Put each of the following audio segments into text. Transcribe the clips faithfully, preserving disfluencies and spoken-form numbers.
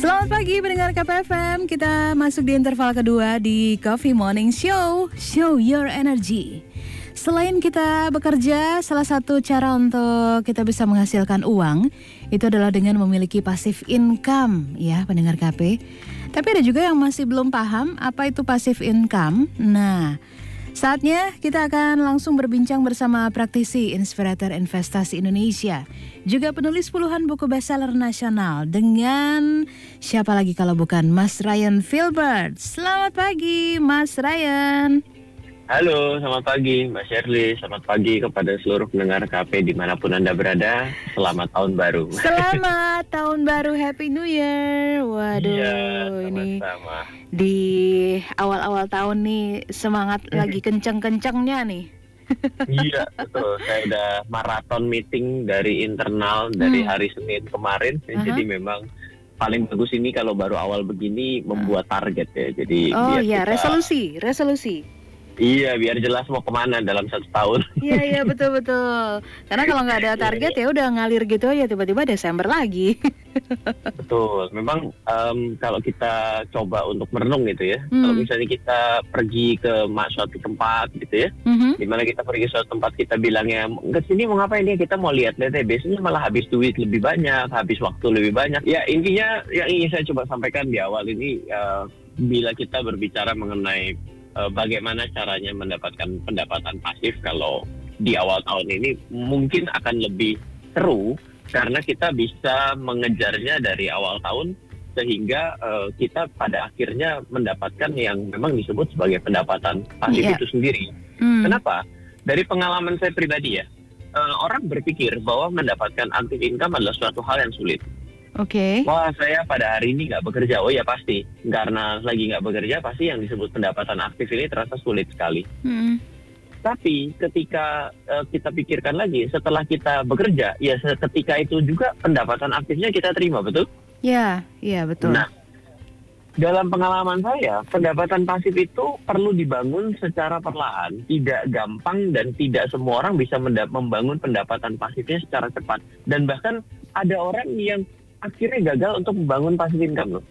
Selamat pagi pendengar K P F M. Kita masuk di interval kedua di Coffee Morning Show, Show Your Energy. Selain kita bekerja, salah satu cara untuk kita bisa menghasilkan uang itu adalah dengan memiliki passive income, ya pendengar K P. Tapi ada juga yang masih belum paham apa itu passive income. Nah, saatnya kita akan langsung berbincang bersama praktisi inspirator investasi Indonesia, juga penulis puluhan buku bestseller nasional, dengan siapa lagi kalau bukan Mas Ryan Filbert. Selamat pagi Mas Ryan. Halo, selamat pagi Mbak Shirley. Selamat pagi kepada seluruh pendengar K P dimanapun Anda berada. Selamat tahun baru. Selamat tahun baru, Happy New Year. Waduh, iya, ini sama-sama. Di awal-awal tahun nih semangat lagi kenceng-kencengnya nih. Iya, betul. Saya udah maraton meeting dari internal dari Hmm. hari Senin kemarin. Uh-huh. Jadi memang paling bagus ini kalau baru awal begini membuat target ya. Jadi Oh biar iya, kita- resolusi, resolusi. Iya, biar jelas mau kemana dalam satu tahun. Iya iya betul betul. Karena kalau nggak ada target ya udah ngalir gitu aja, tiba-tiba Desember lagi. Betul. Memang em, kalau kita coba untuk merenung gitu ya. Hmm. Kalau misalnya kita pergi ke ma- suatu tempat gitu ya. Mhm. Dimana kita pergi ke suatu tempat, kita bilangnya ke sini mau ngapain ya, kita mau lihat-lihat ya, biasanya malah habis duit lebih banyak, habis waktu lebih banyak. Ya intinya yang ingin saya coba sampaikan di awal ini, eh, bila kita berbicara mengenai eh, bagaimana caranya mendapatkan pendapatan pasif kalau di awal tahun ini, mungkin akan lebih seru karena kita bisa mengejarnya dari awal tahun sehingga uh, kita pada akhirnya mendapatkan yang memang disebut sebagai pendapatan pasif Iya. itu sendiri. Hmm. Kenapa? Dari pengalaman saya pribadi ya, uh, orang berpikir bahwa mendapatkan active income adalah suatu hal yang sulit. Oke. Wah, saya pada hari ini nggak bekerja. Oh ya pasti, karena lagi nggak bekerja pasti yang disebut pendapatan aktif ini terasa sulit sekali. Hmm. Tapi ketika uh, kita pikirkan lagi, setelah kita bekerja, ya ketika itu juga pendapatan aktifnya kita terima, betul? Ya, iya betul. Nah, dalam pengalaman saya, pendapatan pasif itu perlu dibangun secara perlahan, tidak gampang dan tidak semua orang bisa menda- membangun pendapatan pasifnya secara cepat. Dan bahkan ada orang yang akhirnya gagal untuk membangun passive income loh.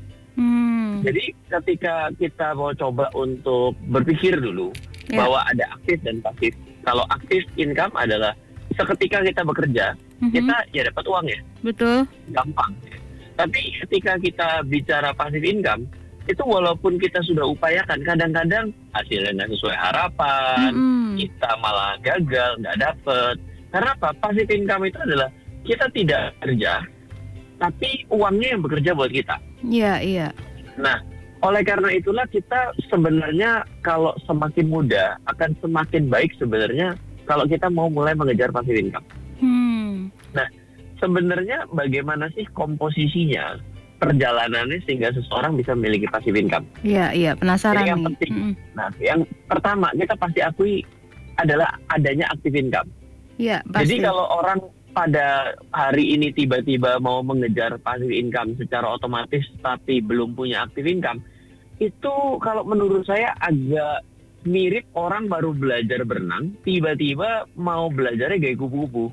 Hmm. Jadi ketika kita mau coba untuk berpikir dulu Ya. bahwa ada aktif dan pasif. Kalau aktif income adalah seketika kita bekerja, Mhm. kita ya dapat uang ya, Betul. gampang. Tapi ketika kita bicara passive income, itu walaupun kita sudah upayakan, kadang-kadang hasilnya nggak sesuai harapan, Mm-mm. kita malah gagal, nggak dapet. Karena apa? Passive income itu adalah kita tidak kerja, tapi uangnya yang bekerja buat kita. Iya iya. Nah, oleh karena itulah kita sebenarnya kalau semakin muda akan semakin baik sebenarnya kalau kita mau mulai mengejar passive income. Hmm. Sebenarnya bagaimana sih komposisinya, perjalanannya sehingga seseorang bisa memiliki passive income? Iya iya, penasaran Ini yang nih. penting. Mm-mm. Nah, yang pertama kita pasti akui adalah adanya active income. Iya, pasti. Jadi kalau orang pada hari ini tiba-tiba mau mengejar passive income secara otomatis tapi belum punya active income, itu kalau menurut saya agak mirip orang baru belajar berenang, tiba-tiba mau belajarnya gaya kupu-kupu.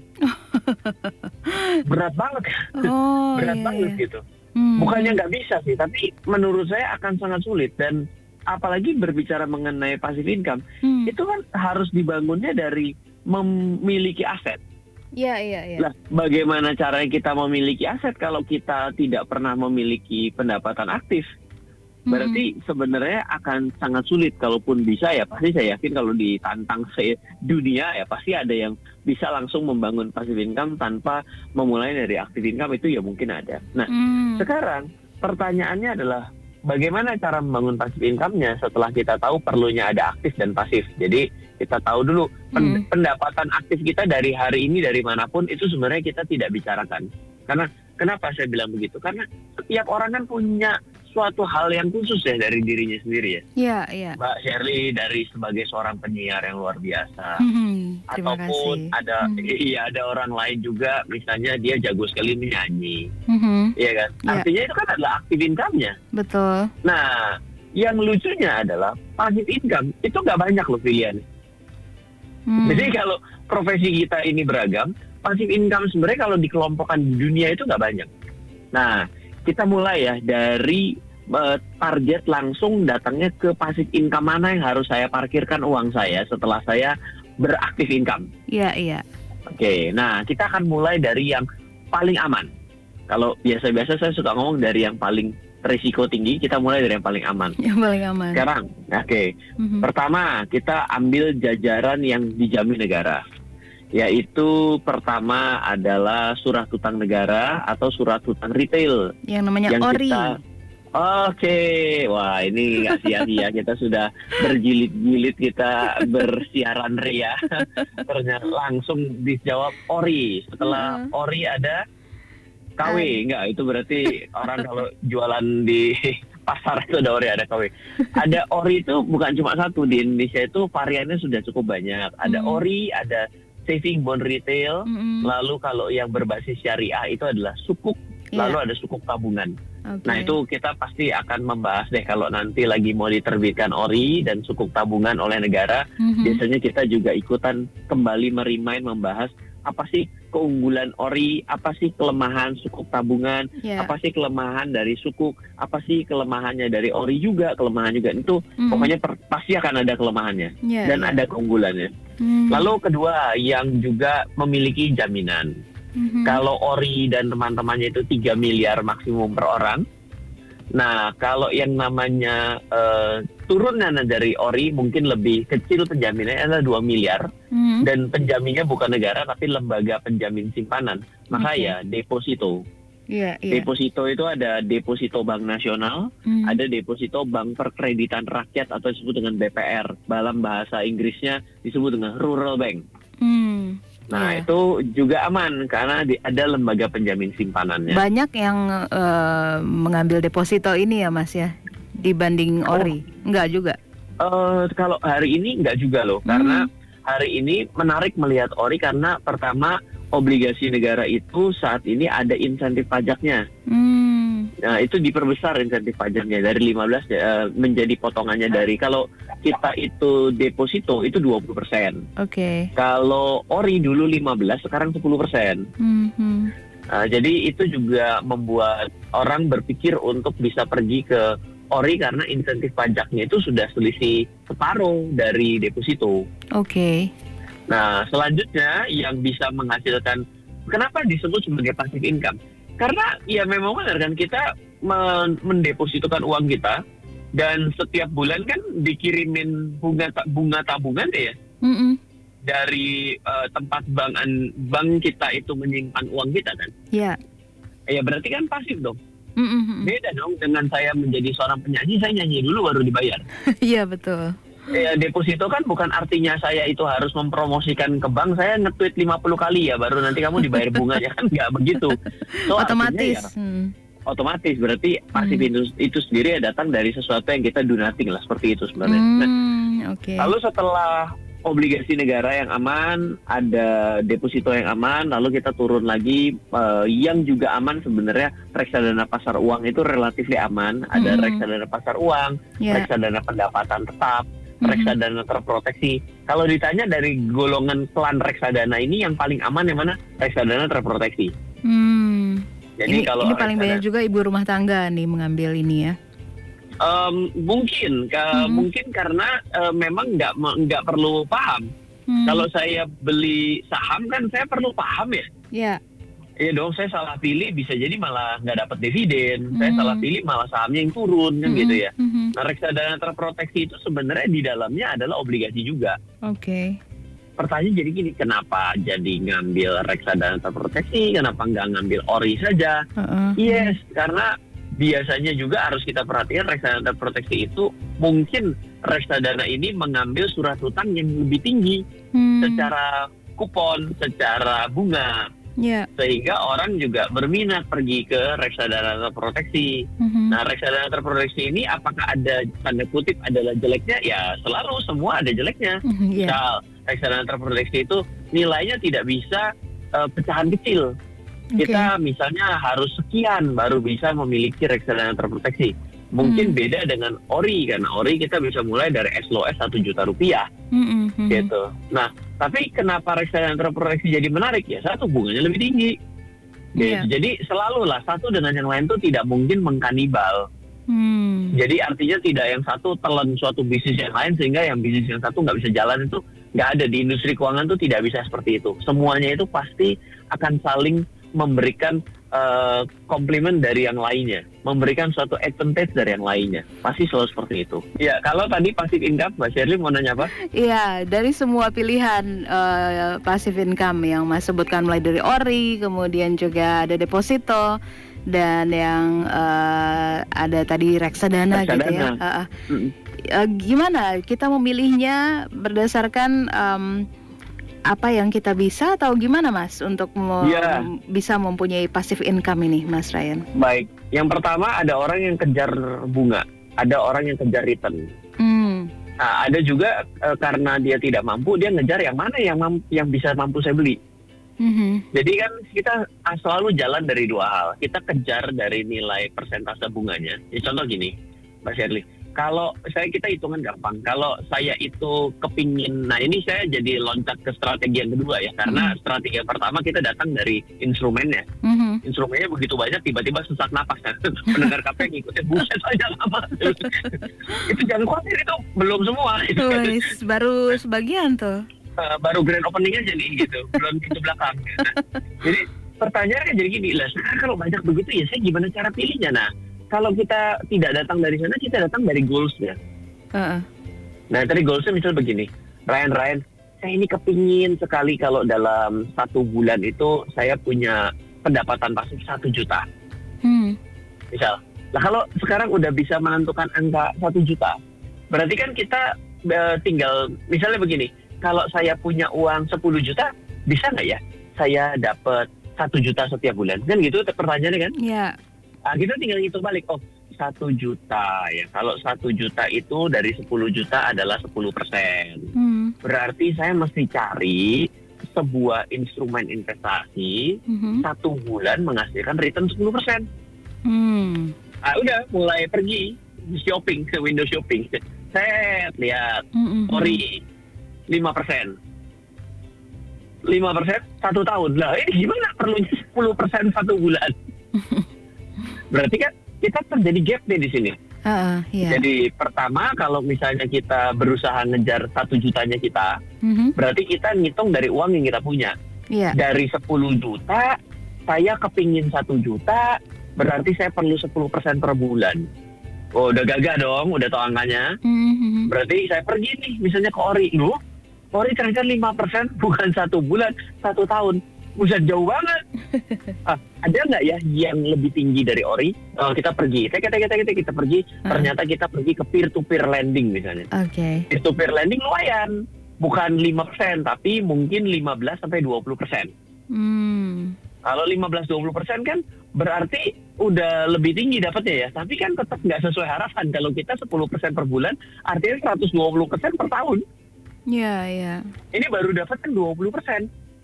Berat banget, Oh, berat iya, banget iya. gitu. Hmm. Bukannya nggak bisa sih, tapi menurut saya akan sangat sulit. Dan apalagi berbicara mengenai passive income, Hmm. itu kan harus dibangunnya dari memiliki aset. Iya iya iya. Nah, bagaimana caranya kita memiliki aset kalau kita tidak pernah memiliki pendapatan aktif? Berarti sebenarnya akan sangat sulit. Kalaupun bisa ya pasti saya yakin kalau ditantang se dunia ya pasti ada yang bisa langsung membangun passive income tanpa memulai dari active income, itu ya mungkin ada. Nah, Hmm. sekarang pertanyaannya adalah bagaimana cara membangun passive income-nya setelah kita tahu perlunya ada aktif dan pasif. Jadi kita tahu dulu pen- Hmm. pendapatan aktif kita dari hari ini dari manapun itu sebenarnya kita tidak bicarakan. Karena kenapa saya bilang begitu? Karena setiap orang kan punya suatu hal yang khusus ya dari dirinya sendiri ya. Iya iya. Mbak Shirley dari sebagai seorang penyiar yang luar biasa. Hmm. Terima Ataupun kasih. ada Hmm. iya ada orang lain juga misalnya dia jago sekali menyanyi. Mhm. Iya kan? Iya. Artinya itu kan adalah active income-nya. Betul. Nah, yang lucunya adalah passive income itu nggak banyak loh pilihan. Hmm. Jadi kalau profesi kita ini beragam, passive income sebenarnya kalau dikelompokkan di dunia itu nggak banyak. Nah, kita mulai ya dari uh, target langsung datangnya ke passive income mana yang harus saya parkirkan uang saya setelah saya beraktif income. Iya, iya. Oke, nah kita akan mulai dari yang paling aman. Kalau biasa-biasa saya suka ngomong dari yang paling risiko tinggi, kita mulai dari yang paling aman. Yang paling aman. Sekarang, oke. Okay. Mm-hmm. Pertama, kita ambil jajaran yang dijamin negara. Yaitu pertama adalah surat utang negara atau surat utang retail. Yang namanya yang O R I. Kita, Oke, okay. Wah ini nggak sia-sia kita sudah berjilid-jilid kita bersiaran ria. Ternyata langsung dijawab O R I. Setelah uh. O R I ada K W, enggak? Itu berarti orang kalau jualan di pasar itu ada O R I, ada K W. Ada O R I itu bukan cuma satu, di Indonesia itu variannya sudah cukup banyak. Ada hmm. O R I, ada saving bond retail, hmm. lalu kalau yang berbasis syariah itu adalah sukuk, yeah. lalu ada sukuk tabungan. Okay. Nah itu kita pasti akan membahas deh kalau nanti lagi mau diterbitkan O R I dan sukuk tabungan oleh negara, hmm. biasanya kita juga ikutan kembali merimain membahas apa sih keunggulan O R I, apa sih kelemahan sukuk tabungan, yeah. apa sih kelemahan dari sukuk, apa sih kelemahannya dari O R I juga, kelemahan juga itu mm. pokoknya per, pasti akan ada kelemahannya yeah, dan yeah. ada keunggulannya. Mm. Lalu kedua yang juga memiliki jaminan. Mm-hmm. Kalau O R I dan teman-temannya itu tiga miliar maksimum per orang. Nah, kalau yang namanya uh, turunan dari O R I mungkin lebih kecil penjaminannya adalah dua miliar hmm. dan penjaminnya bukan negara tapi lembaga penjamin simpanan. Maka okay. ya deposito. Yeah, yeah. Deposito itu ada deposito Bank Nasional, hmm. ada deposito Bank Perkreditan Rakyat atau disebut dengan B P R. Dalam bahasa Inggrisnya disebut dengan Rural Bank. Hmm. Nah yeah. itu juga aman karena di, ada lembaga penjamin simpanannya. Banyak yang uh, mengambil deposito ini ya Mas ya dibanding O R I? Oh. Enggak juga? Uh, kalau hari ini enggak juga loh, hmm. karena hari ini menarik melihat O R I karena pertama obligasi negara itu saat ini ada insentif pajaknya. Hmm. Nah itu diperbesar insentif pajaknya dari lima belas uh, menjadi potongannya dari kalau kita itu deposito itu dua puluh persen. Oke. Okay. Kalau O R I dulu lima belas, sekarang sepuluh persen. Mm-hmm. Nah, jadi itu juga membuat orang berpikir untuk bisa pergi ke O R I karena insentif pajaknya itu sudah selisih separuh dari deposito. Oke. Okay. Nah, selanjutnya yang bisa menghasilkan, kenapa disebut sebagai passive income? Karena ya memang benar kan kita mendepositokan uang kita dan setiap bulan kan dikirimin bunga bunga tabungan ya mm-mm. dari uh, tempat bank bank kita itu menyimpan uang kita kan. Iya. Yeah. Ya berarti kan pasif dong. Mm-mm. Beda dong dengan saya menjadi seorang penyanyi, saya nyanyi dulu baru dibayar. Iya betul. Ya, deposito kan bukan artinya saya itu harus mempromosikan ke bank, saya nge-tweet lima puluh kali ya baru nanti kamu dibayar bunganya kan nggak begitu. So, otomatis. Ya, hmm. Otomatis berarti pasif hmm. itu, itu sendiri ya datang dari sesuatu yang kita do nothing lah seperti itu sebenarnya. Hmm, nah, okay. Lalu setelah obligasi negara yang aman, ada deposito yang aman, lalu kita turun lagi uh, yang juga aman sebenarnya reksadana pasar uang itu relatif aman. Ada hmm. reksadana pasar uang, yeah. reksadana pendapatan tetap. Reksadana terproteksi. Kalau ditanya dari golongan klan reksadana ini yang paling aman yang mana? Reksadana terproteksi. Hmm. Jadi ini, kalau ini paling banyak juga ibu rumah tangga nih mengambil ini ya. Um, mungkin, ke, hmm. mungkin karena uh, memang nggak nggak perlu paham. Hmm. Kalau saya beli saham kan saya perlu paham ya. Iya. Yeah. Iya dong, saya salah pilih bisa jadi malah nggak dapat dividen. Hmm. Saya salah pilih malah sahamnya yang turun kan hmm. gitu ya. Hmm. Nah, reksadana terproteksi itu sebenarnya di dalamnya adalah obligasi juga. Oke. Okay. Pertanyaan jadi gini, kenapa jadi ngambil reksadana terproteksi? Kenapa nggak ngambil O R I saja? Uh-uh. Yes, karena biasanya juga harus kita perhatikan reksadana terproteksi itu mungkin reksadana ini mengambil surat utang yang lebih tinggi hmm. secara kupon, secara bunga. Yeah. Sehingga orang juga berminat pergi ke reksadana terproteksi. Mm-hmm. Nah, reksadana terproteksi ini apakah ada tanda kutip adalah jeleknya? Ya, selalu semua ada jeleknya. Mm-hmm, yeah. Misal, reksadana terproteksi itu nilainya tidak bisa uh, pecahan kecil. Okay. Kita misalnya harus sekian baru bisa memiliki reksadana terproteksi. Mungkin mm. beda dengan O R I, karena O R I kita bisa mulai dari as low as satu juta rupiah. Mm-hmm. Gitu. Nah, tapi kenapa reksadana terproteksi jadi menarik? Ya satu, bunganya lebih tinggi. Gitu. Iya. Jadi selalu lah satu dengan yang lain tuh tidak mungkin mengkanibal. Hmm. Jadi artinya tidak yang satu telan suatu bisnis yang lain sehingga yang bisnis yang satu nggak bisa jalan, itu nggak ada. Di industri keuangan tuh tidak bisa seperti itu. Semuanya itu pasti akan saling memberikan uh, komplimen dari yang lainnya, memberikan suatu advantage dari yang lainnya. Pasti selalu seperti itu. Ya, kalau tadi passive income, Mbak Shirley mau nanya apa? Iya, dari semua pilihan uh, passive income yang Mas sebutkan, mulai dari ori, kemudian juga ada deposito, dan yang uh, ada tadi reksadana, Reksadana. gitu ya. Uh, uh. Mm-mm. Uh, gimana kita memilihnya berdasarkan um, apa yang kita bisa atau gimana, Mas, untuk mem- Ya. bisa mempunyai passive income ini, Mas Ryan? Baik, yang pertama ada orang yang kejar bunga, ada orang yang kejar return. Hmm. Nah, ada juga uh, karena dia tidak mampu, dia ngejar yang mana yang mam- yang bisa mampu saya beli. Mhm. Jadi kan kita ah, selalu jalan dari dua hal. Kita kejar dari nilai persentase bunganya. Ya, contoh gini, Mbak Shirley. Kalau saya kita hitungan gampang. Kalau saya itu kepingin, nah ini saya jadi loncat ke strategi yang kedua ya. Karena Mhm. strategi yang pertama kita datang dari instrumennya. Mhm. Instrumennya begitu banyak, tiba-tiba sesak napas. Pendengar K P ngikutin, buset aja lama. Itu jangan khawatir, itu belum semua. Itu kan, Wis, baru sebagian tuh. uh, baru grand opening aja nih gitu, belum pintu belakang. Nah, jadi pertanyaannya jadi gini, lah sekarang kalau banyak begitu ya saya gimana cara pilihnya? Nah, kalau kita tidak datang dari sana, kita datang dari goals-nya. Uh-uh. Nah, tadi goals-nya misal begini, Ryan, Ryan, saya ini kepingin sekali kalau dalam satu bulan itu saya punya pendapatan pasif satu juta. Hmm. Misal, nah kalau sekarang udah bisa menentukan angka satu juta, berarti kan kita uh, tinggal, misalnya begini, kalau saya punya uang sepuluh juta, bisa nggak ya saya dapat satu juta setiap bulan? Kan gitu pertanyaannya kan? Ya. Nah, kita tinggal hitung balik, oh satu juta ya, kalau satu juta itu dari sepuluh juta adalah sepuluh persen. Hmm. Berarti saya mesti cari sebuah instrumen investasi Mhm. satu bulan menghasilkan return sepuluh persen. Hmm. Ah, udah mulai pergi shopping ke window shopping. Saya lihat Mhm. ori lima persen. lima persen satu tahun. Lah, ini gimana perlunya sepuluh persen satu bulan? Berarti kan kita terjadi gap nih di sini. Uh, iya. Jadi pertama kalau misalnya kita berusaha ngejar satu jutanya kita, Mhm. berarti kita ngitung dari uang yang kita punya. Iya. Dari sepuluh juta, saya kepingin satu juta, berarti saya perlu sepuluh persen per bulan. Oh, udah gagah dong, udah tau angkanya. Mhm. Berarti saya pergi nih, misalnya ke ori. Loh, ori ternyata lima persen bukan satu bulan, satu tahun. Buset, jauh banget. Ah, ada nggak ya yang lebih tinggi dari ori? Oh, kita pergi, kita, kita, kita, kita pergi, Uh. ternyata kita pergi ke peer-to-peer lending misalnya. Oke. Peer-to-peer lending lumayan. Bukan lima persen, tapi mungkin lima belas sampai dua puluh persen. Hmm. Kalau lima belas sampai dua puluh persen kan berarti udah lebih tinggi dapatnya ya. Tapi kan tetap nggak sesuai harapan. Kalau kita sepuluh persen per bulan, artinya seratus dua puluh persen per tahun. Iya, iya. Ini baru dapat kan dua puluh persen.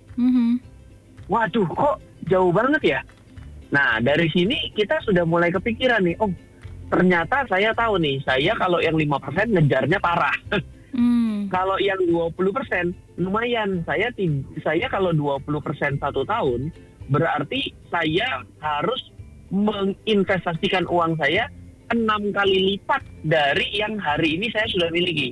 Mhm. Waduh, kok jauh banget ya? Nah, dari sini kita sudah mulai kepikiran nih, oh ternyata saya tahu nih, saya kalau yang lima persen ngejarnya parah. Hmm. Kalau yang dua puluh persen lumayan, saya ti- saya kalau dua puluh persen satu tahun, berarti saya harus menginvestasikan uang saya enam kali lipat dari yang hari ini saya sudah miliki.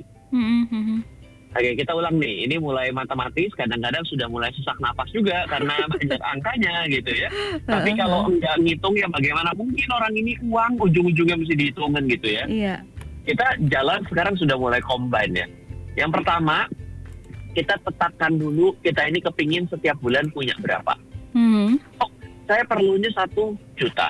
Mhm. Oke, kita ulang nih. Ini mulai matematis, kadang-kadang sudah mulai sesak napas juga karena banyak angkanya gitu ya. Tapi kalau enggak ngitung ya bagaimana mungkin orang ini uang ujung-ujungnya mesti dihitungin gitu ya. Iya. Kita jalan sekarang sudah mulai combine ya. Yang pertama, kita tetapkan dulu kita ini kepingin setiap bulan punya berapa. Mhm. Oh, saya perlunya satu juta.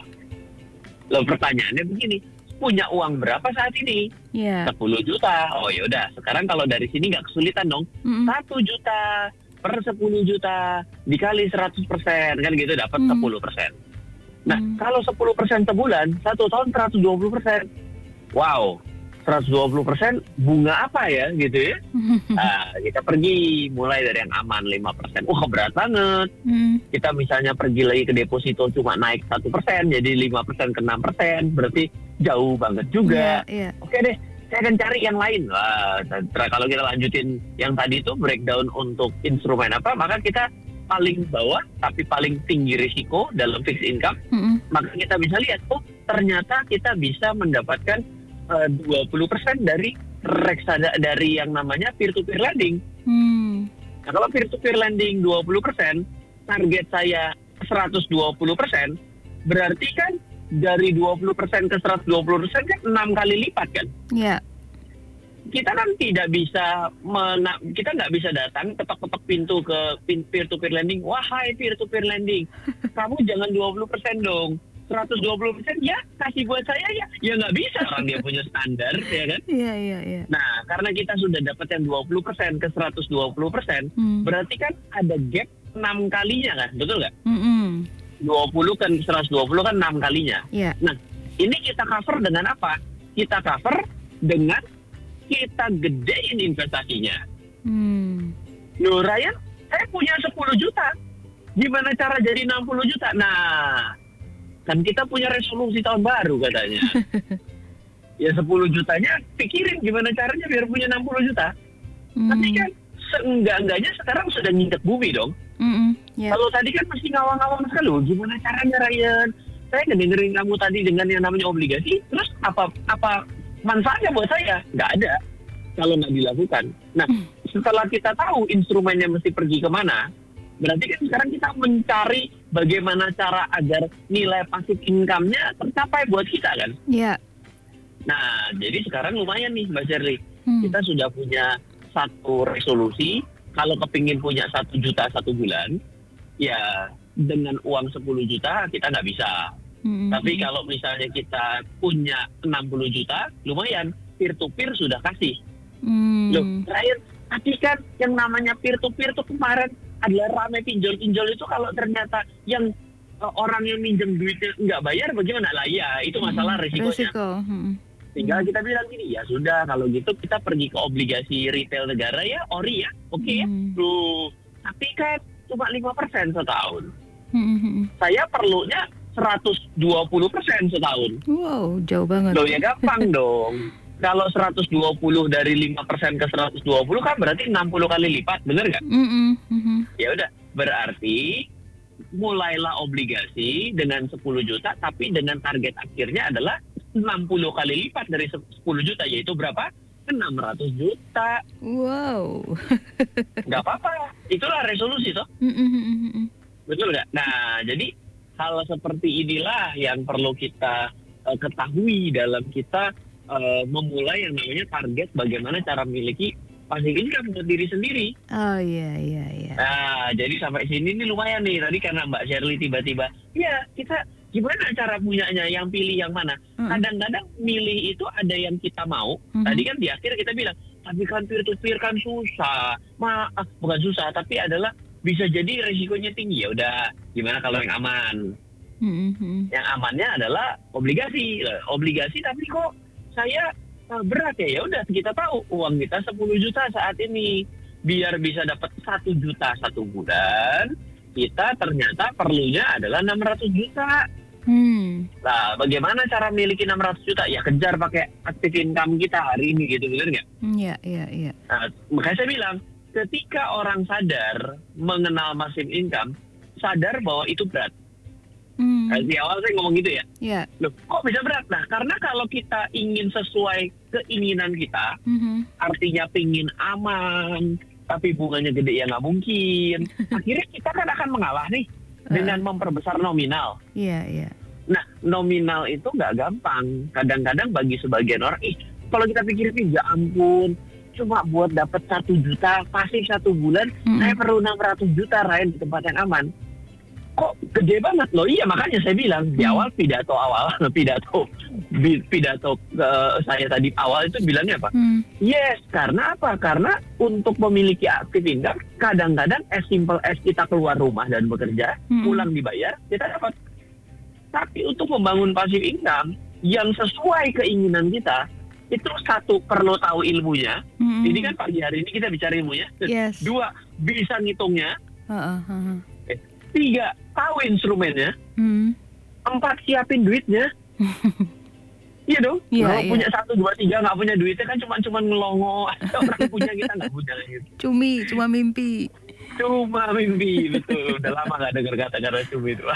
Lalu pertanyaannya begini, punya uang berapa saat ini? Iya. sepuluh juta. Oh yaudah, sekarang kalau dari sini nggak kesulitan dong. Mhm. satu juta per sepuluh juta dikali seratus persen, kan gitu dapat Hmm. sepuluh persen. Nah, Hmm. kalau sepuluh persen sebulan, satu tahun seratus dua puluh persen. Wow, seratus dua puluh persen bunga apa ya gitu ya. Nah, kita pergi mulai dari yang aman lima persen. Wah, berat banget. Mhm. Kita misalnya pergi lagi ke deposito cuma naik satu persen, jadi lima persen ke enam persen, berarti jauh banget juga. Iya, iya. Oke deh, saya akan cari yang lain. Wah, terus kalau kita lanjutin yang tadi itu breakdown untuk instrumen apa, maka kita paling bawah tapi paling tinggi risiko dalam fixed income, Mm-mm. maka kita bisa lihat, oh ternyata kita bisa mendapatkan uh, dua puluh persen dari reksadana dari yang namanya peer-to-peer lending. Hmm. Nah, kalau peer-to-peer lending dua puluh persen, target saya seratus dua puluh persen, berarti kan dari dua puluh persen ke seratus dua puluh persen kan enam kali lipat kan? Ya. Kita kan tidak bisa mena- kita nggak bisa datang ketok-ketok pintu ke pin- peer-to-peer lending. Wahai peer-to-peer lending, kamu jangan dua puluh persen dong. seratus dua puluh persen ya kasih buat saya ya. Ya nggak bisa, orang dia punya standar ya kan. Iya, iya, iya. Nah, karena kita sudah dapat yang dua puluh persen ke seratus dua puluh persen, Hmm. berarti kan ada gap enam kalinya kan, betul nggak? Mm-mm. dua puluh kan seratus dua puluh kan enam kalinya. Iya. Nah, ini kita cover dengan apa? Kita cover dengan kita gedein investasinya. Hmm. Loh Ryan, saya punya sepuluh juta. Gimana cara jadi enam puluh juta? Nah, kan kita punya resolusi tahun baru katanya. Ya sepuluh jutanya pikirin gimana caranya biar punya enam puluh juta. Hmm. Tapi kan seenggak-enggaknya sekarang sudah nginjek bumi dong. Mm-mm. Ya. Kalau tadi kan masih ngawang-ngawang sekali. Loh, gimana caranya Ryan? Saya ngedengerin kamu tadi dengan yang namanya obligasi. Terus apa apa manfaatnya buat saya? Nggak ada kalau nggak dilakukan. Nah, setelah kita tahu instrumennya mesti pergi kemana, berarti kan sekarang kita mencari bagaimana cara agar nilai pasif income-nya tercapai buat kita kan. Ya. Nah, jadi sekarang lumayan nih Mbak Shirley. Hmm. Kita sudah punya satu resolusi. Kalau kepingin punya satu juta satu bulan, ya dengan uang sepuluh juta kita nggak bisa. Mm-mm. Tapi kalau misalnya kita punya enam puluh juta, lumayan. Peer-to-peer sudah kasih. Hmm. Loh, Ryan, tapi kan yang namanya peer-to-peer itu kemarin adalah rame pinjol-pinjol itu kalau ternyata yang uh, orang yang minjem duitnya nggak bayar, bagaimana? Lah ya, itu masalah Hmm. risikonya. Risiko. Mm-mm. Tinggal kita bilang gini, ya sudah kalau gitu kita pergi ke obligasi retail negara ya, ori ya, oke ya. Hmm. Loh, tapi kan cuma lima persen setahun. Mm-mm. Saya perlunya seratus dua puluh persen setahun. Wow, jauh banget. Loh ya gampang dong. Kalau seratus dua puluh dari lima persen ke seratus dua puluh kan berarti enam puluh kali lipat, bener nggak? Mm-mm. Mm-mm. Ya udah, berarti mulailah obligasi dengan sepuluh juta, tapi dengan target akhirnya adalah enam puluh kali lipat dari sepuluh juta, yaitu berapa? enam ratus juta. Wow. Nggak apa-apa, itulah resolusi toh. Mm-mm. Mm-mm. Betul nggak? Nah, jadi hal seperti inilah yang perlu kita uh, ketahui dalam kita uh, memulai yang namanya target bagaimana cara memiliki passive income buat diri sendiri. Oh iya iya iya. Nah, jadi sampai sini nih lumayan nih. Tadi karena Mbak Shirley tiba-tiba, ya kita gimana cara punyanya, yang pilih yang mana. Mm-mm. Kadang-kadang milih itu ada yang kita mau. Mhm. Tadi kan di akhir kita bilang, tapi kan peer-to-peer kan susah. Maaf, bukan susah, tapi adalah bisa jadi risikonya tinggi. Ya udah, gimana kalau yang aman? Mm-mm. Yang amannya adalah obligasi. Obligasi tapi kok saya uh, berat ya. Ya udah, kita tahu uang kita sepuluh juta saat ini. Biar bisa dapat satu juta satu bulan, kita ternyata perlunya adalah enam ratus juta. Hmm. Nah, bagaimana cara miliki enam ratus juta? Ya kejar pakai active income kita hari ini gitu, bener nggak? Iya iya iya. Nah, makanya saya bilang, ketika orang sadar mengenal passive income, sadar bahwa itu berat. Hmm. Nah, di awal saya ngomong gitu ya. Iya. Loh, kok bisa berat? Nah, karena kalau kita ingin sesuai keinginan kita, Mhm. artinya pingin aman, tapi bunganya gede ya nggak mungkin. Akhirnya kita kan akan mengalah nih dengan memperbesar nominal. Iya iya. Nah, nominal itu nggak gampang. Kadang-kadang bagi sebagian orang, ih, kalau kita pikir-pikir, ya ampun, cuma buat dapat satu juta, pasti satu bulan, Mm-mm. saya perlu enam ratus juta, Ryan, di tempat yang aman. Kok gede banget loh? Iya, makanya saya bilang di awal pidato awal pidato bi- pidato uh, saya tadi awal itu bilangnya apa? Hmm. Yes, karena apa? Karena untuk memiliki active income kadang-kadang as simple as kita keluar rumah dan bekerja, Hmm. pulang dibayar, kita dapat. Tapi untuk membangun passive income yang sesuai keinginan kita, itu satu perlu tahu ilmunya. Hmm. Ini kan pagi hari ini kita bicara ilmunya. Yes. Dua, bisa ngitungnya. Heeh, heeh. Tiga, tahu instrumennya. Hmm. Empat, siapin duitnya. Iya dong. Iya, Kalau iya. punya satu, dua, tiga nggak punya duitnya kan cuma cuma ngelongo. Orang punya, kita nggak punya gitu. Cumi, cuma mimpi. Cuma mimpi, betul. Udah lama nggak dengar kata-kata cuma itu.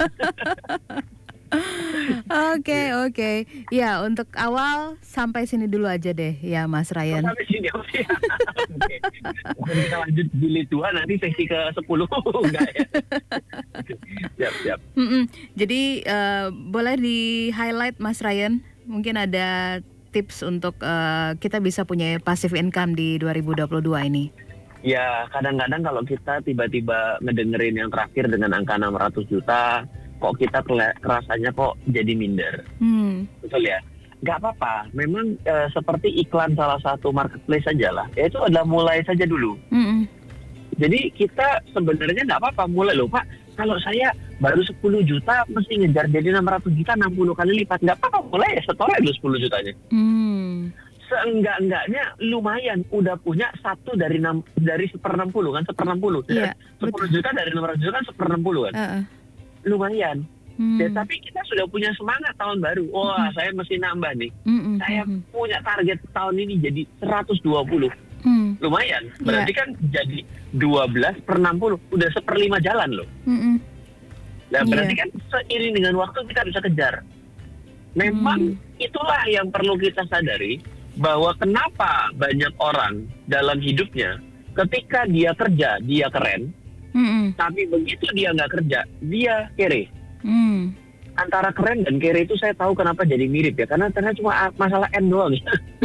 Oke, oke. Ya, untuk awal sampai sini dulu aja deh ya Mas Ryan. Sampai sini oke. Oke. Mungkin kita lanjut jilid dua nanti sesi ke sepuluh enggak ya. Siap, siap. Mm-mm. Jadi uh, boleh di-highlight Mas Ryan, mungkin ada tips untuk uh, kita bisa punya passive income di dua ribu dua puluh dua ini. Ya, kadang-kadang kalau kita tiba-tiba ngedengerin yang terakhir dengan angka enam ratus juta, kok kita rasanya kok jadi minder. Hmm. Betul ya? Nggak apa-apa. Memang e, seperti iklan salah satu marketplace saja lah. Ya, itu adalah mulai saja dulu. Mm-mm. Jadi kita sebenarnya nggak apa-apa mulai loh Pak. Kalau saya baru sepuluh juta mesti ngejar jadi enam ratus juta enam puluh kali lipat. Nggak apa-apa mulai ya setoran dulu sepuluh jutanya. Hmm. Seenggak-enggaknya lumayan udah punya satu dari enam dari seper enam puluh kan seper enam puluh. Iya, sepuluh juta dari enam ratus juta kan seper enam puluh kan. Uh-uh. Lumayan. Hmm. Ya, tapi kita sudah punya semangat tahun baru. Wah, hmm. saya mesti nambah nih. Hmm. Saya hmm. punya target tahun ini jadi seratus dua puluh. Hmm. Lumayan. Berarti yeah. kan jadi dua belas per enam puluh. Udah seperlima jalan loh. Hmm. Nah, berarti yeah. kan seiring dengan waktu kita bisa kejar. Memang hmm. itulah yang perlu kita sadari. Bahwa kenapa banyak orang dalam hidupnya ketika dia kerja, dia keren. Hmm. Tapi begitu dia nggak kerja, dia kere. Hmm. Antara keren dan kere itu saya tahu kenapa jadi mirip ya. Karena ternyata cuma masalah N doang.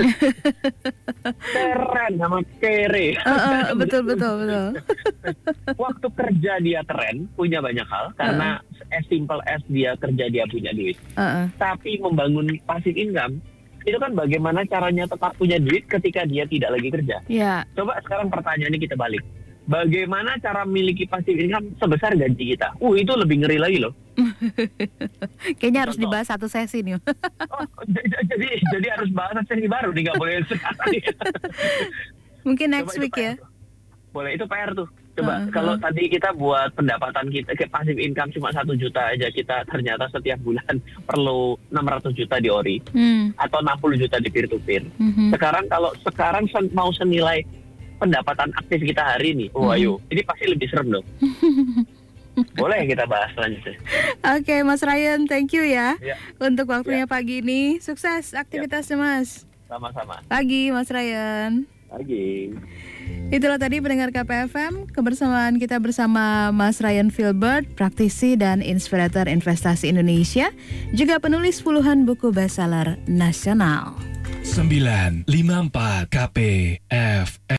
Keren sama kere. Uh, uh, betul, betul, betul. Waktu kerja dia keren, punya banyak hal. Karena uh. as simple as dia kerja, dia punya duit. Uh, uh. Tapi membangun passive income, itu kan bagaimana caranya tetap punya duit ketika dia tidak lagi kerja. Yeah. Coba sekarang pertanyaannya kita balik. Bagaimana cara memiliki passive income sebesar gaji kita? Uh, itu lebih ngeri lagi loh. Kayaknya harus dibahas satu sesi nih. Oh, jadi jadi harus bahas sesi baru nih, nggak boleh sekarang. Mungkin next Coba week ya. Boleh, itu P R tuh. Coba uh-huh. kalau tadi kita buat pendapatan kita ke passive income cuma satu juta aja, kita ternyata setiap bulan perlu enam ratus juta di ori hmm. atau enam puluh juta di peer to peer. Hmm. Sekarang kalau sekarang sen- mau senilai pendapatan aktif kita hari ini, oh ayo, hmm. ini pasti lebih serem dong. Boleh kita bahas selanjutnya. Oke, okay, Mas Ryan, thank you ya, ya. Untuk waktunya ya. Pagi ini. Sukses aktivitasnya, ya. Mas. Sama-sama. Pagi, Mas Ryan. Pagi. Itulah tadi pendengar K P F M, kebersamaan kita bersama Mas Ryan Filbert, praktisi dan inspirator investasi Indonesia, juga penulis puluhan buku bestseller nasional. sembilan lima empat K P F M